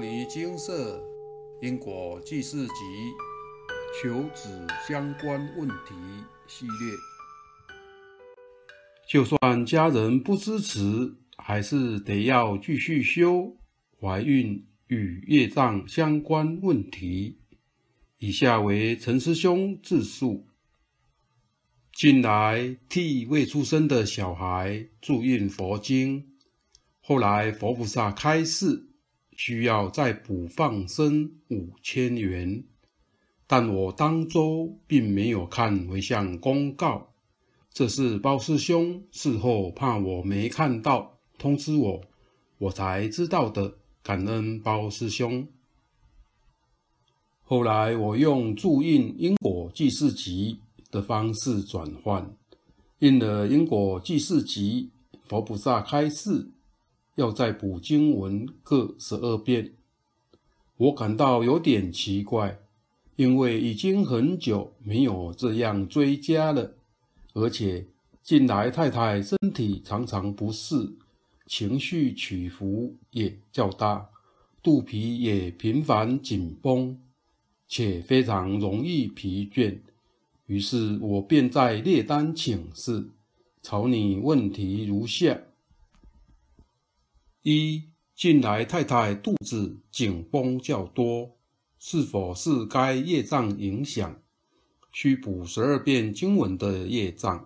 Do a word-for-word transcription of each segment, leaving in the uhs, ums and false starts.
尼精舍因果记事集求子相关问题系列。就算家人不支持，还是得要继续修怀孕与业障相关问题。以下为陈师兄自述。近来替未出生的小孩注印佛经，后来佛菩萨开示，需要再补放生五千元，但我当周并没有看回向公告，这是包师兄事后怕我没看到通知我，我才知道的，感恩包师兄。后来我用注印因果记事集的方式转换，印了因果记事集，佛菩萨开示要再补经文各十二遍。我感到有点奇怪，因为已经很久没有这样追加了，而且近来太太身体常常不适，情绪起伏也较大，肚皮也频繁紧绷，且非常容易疲倦。于是我便在列单请示，草拟问题如下：一、近来太太肚子紧绷较多，是否是该业障影响，需补十二遍经文的业障？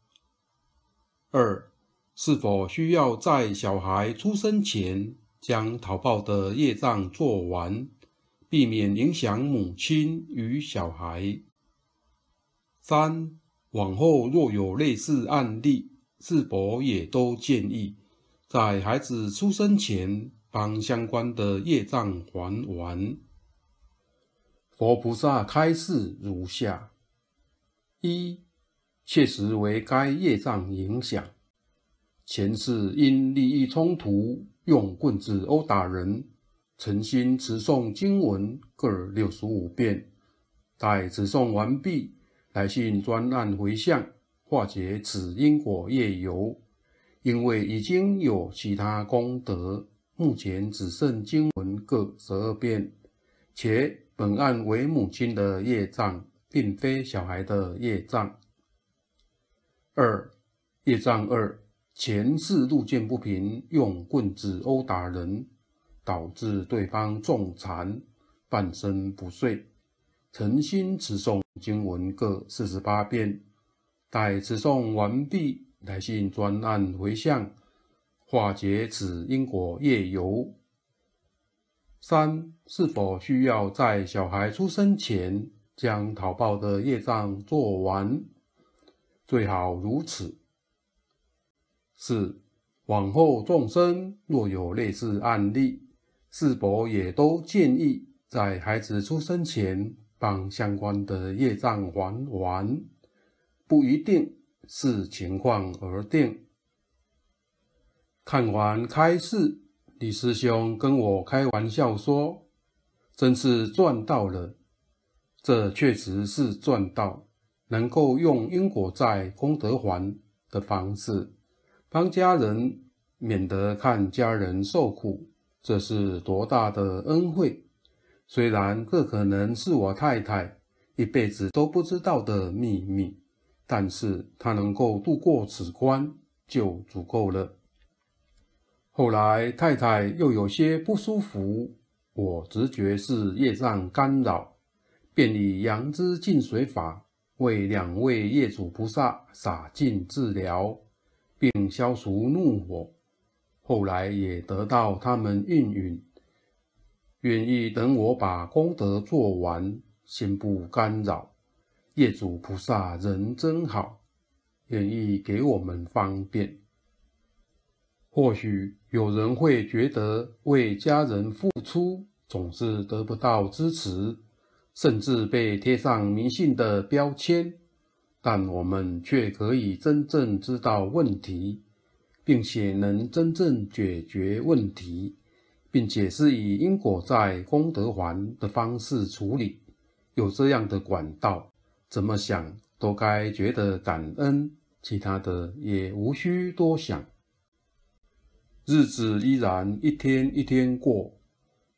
二、是否需要在小孩出生前将讨报的业障做完，避免影响母亲与小孩？三、往后若有类似案例，是否也都建议在孩子出生前帮相关的业障还完？佛菩萨开示如下：一、确实为该业障影响，前世因利益冲突，用棍子殴打人，诚心持诵经文各六十五遍，待持诵完毕，来信专案回向，化解此因果业由。因为已经有其他功德，目前只剩经文各十二遍，且本案为母亲的业障，并非小孩的业障。二、业障二，前世路见不平，用棍子殴打人，导致对方重残，半身不遂，诚心持诵经文各四十八遍，待持诵完毕，来信专案回向，化解此因果业由。三、是否需要在小孩出生前将讨报的业障做完？最好如此。四、往后众生若有类似案例，是否也都建议在孩子出生前帮相关的业障还完？不一定，视情况而定。看完开示，李师兄跟我开玩笑说，真是赚到了。这确实是赚到，能够用因果债功德还的方式帮家人，免得看家人受苦，这是多大的恩惠。虽然这可能是我太太一辈子都不知道的秘密，但是她能够度过此关就足够了。后来太太又有些不舒服，我直觉是业障干扰，便以阳之净水法为两位业主菩萨洒净治疗，并消除怒火。后来也得到他们应允，愿意等我把功德做完，先不干扰。业主菩萨人真好，愿意给我们方便。或许有人会觉得为家人付出总是得不到支持，甚至被贴上迷信的标签，但我们却可以真正知道问题，并且能真正解决问题，并且是以因果债功德还的方式处理。有这样的管道，怎么想都该觉得感恩，其他的也无需多想。日子依然一天一天过，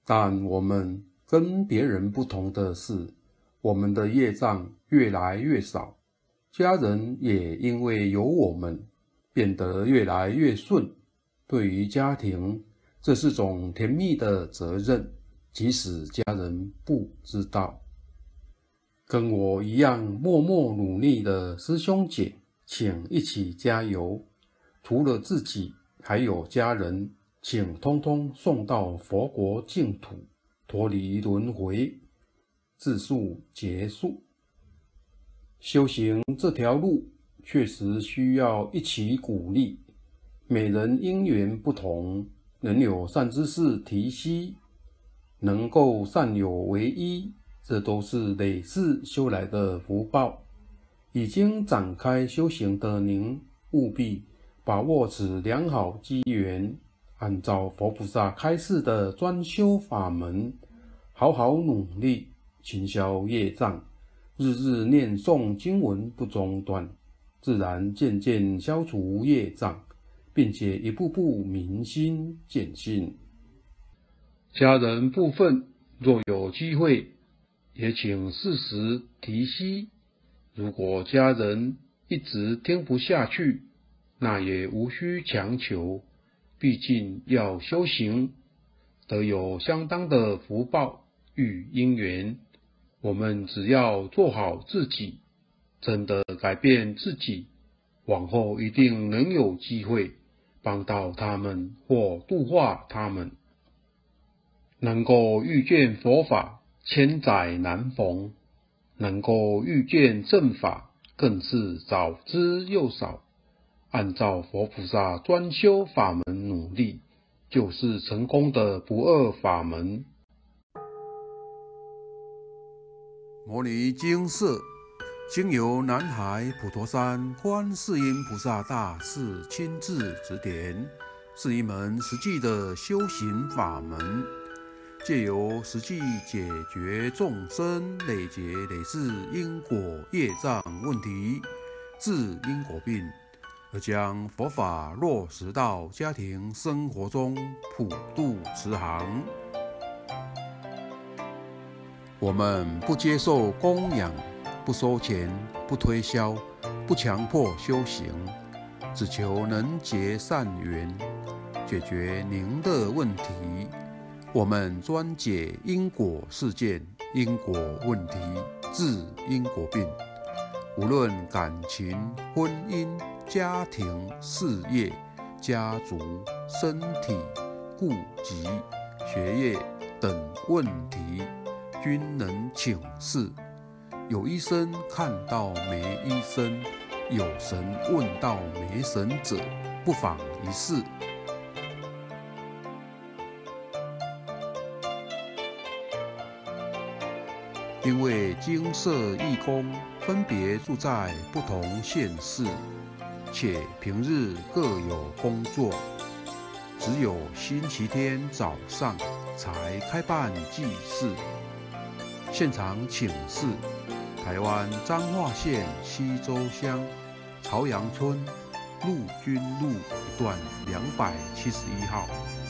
但我们跟别人不同的是，我们的业障越来越少，家人也因为有我们，变得越来越顺。对于家庭，这是种甜蜜的责任，即使家人不知道。跟我一样默默努力的师兄姐，请一起加油！除了自己，还有家人，请通通送到佛国净土，脱离轮回。自述结束。修行这条路确实需要一起鼓励，每人因缘不同，能有善知识提携，能够善友为依，这都是累世修来的福报。已经展开修行的您，务必把握此良好机缘，按照佛菩萨开示的专修法门，好好努力，勤消业障，日日念诵经文不中断，自然渐渐消除业障，并且一步步明心见性。家人部分，若有机会，也请适时提携。如果家人一直听不下去，那也无需强求，毕竟要修行，得有相当的福报与因缘。我们只要做好自己，真的改变自己，往后一定能有机会帮到他们或度化他们。能够遇见佛法，千载难逢；能够遇见正法，更是少之又少。按照佛菩萨专修法门努力，就是成功的不二法门。摩尼精舍经由南海普陀山观世音菩萨大士亲自指点，是一门实际的修行法门，借由实际解决众生累劫累世因果业障问题，治因果病，而将佛法落实到家庭生活中，普度慈航。我们不接受供养，不收钱，不推销，不强迫修行，只求能结善缘，解决您的问题。我们专解因果事件、因果问题，治因果病。无论感情、婚姻、家庭、事业、家族、身体、顾及、学业等问题，均能请示。有医生看到没医生，有神问到没神者，不妨一试。因为精舍义工分别住在不同县市，且平日各有工作，只有星期天早上才开办祭祀。现场请示台湾彰化县溪州乡朝阳村陆军路一段两百七十一号。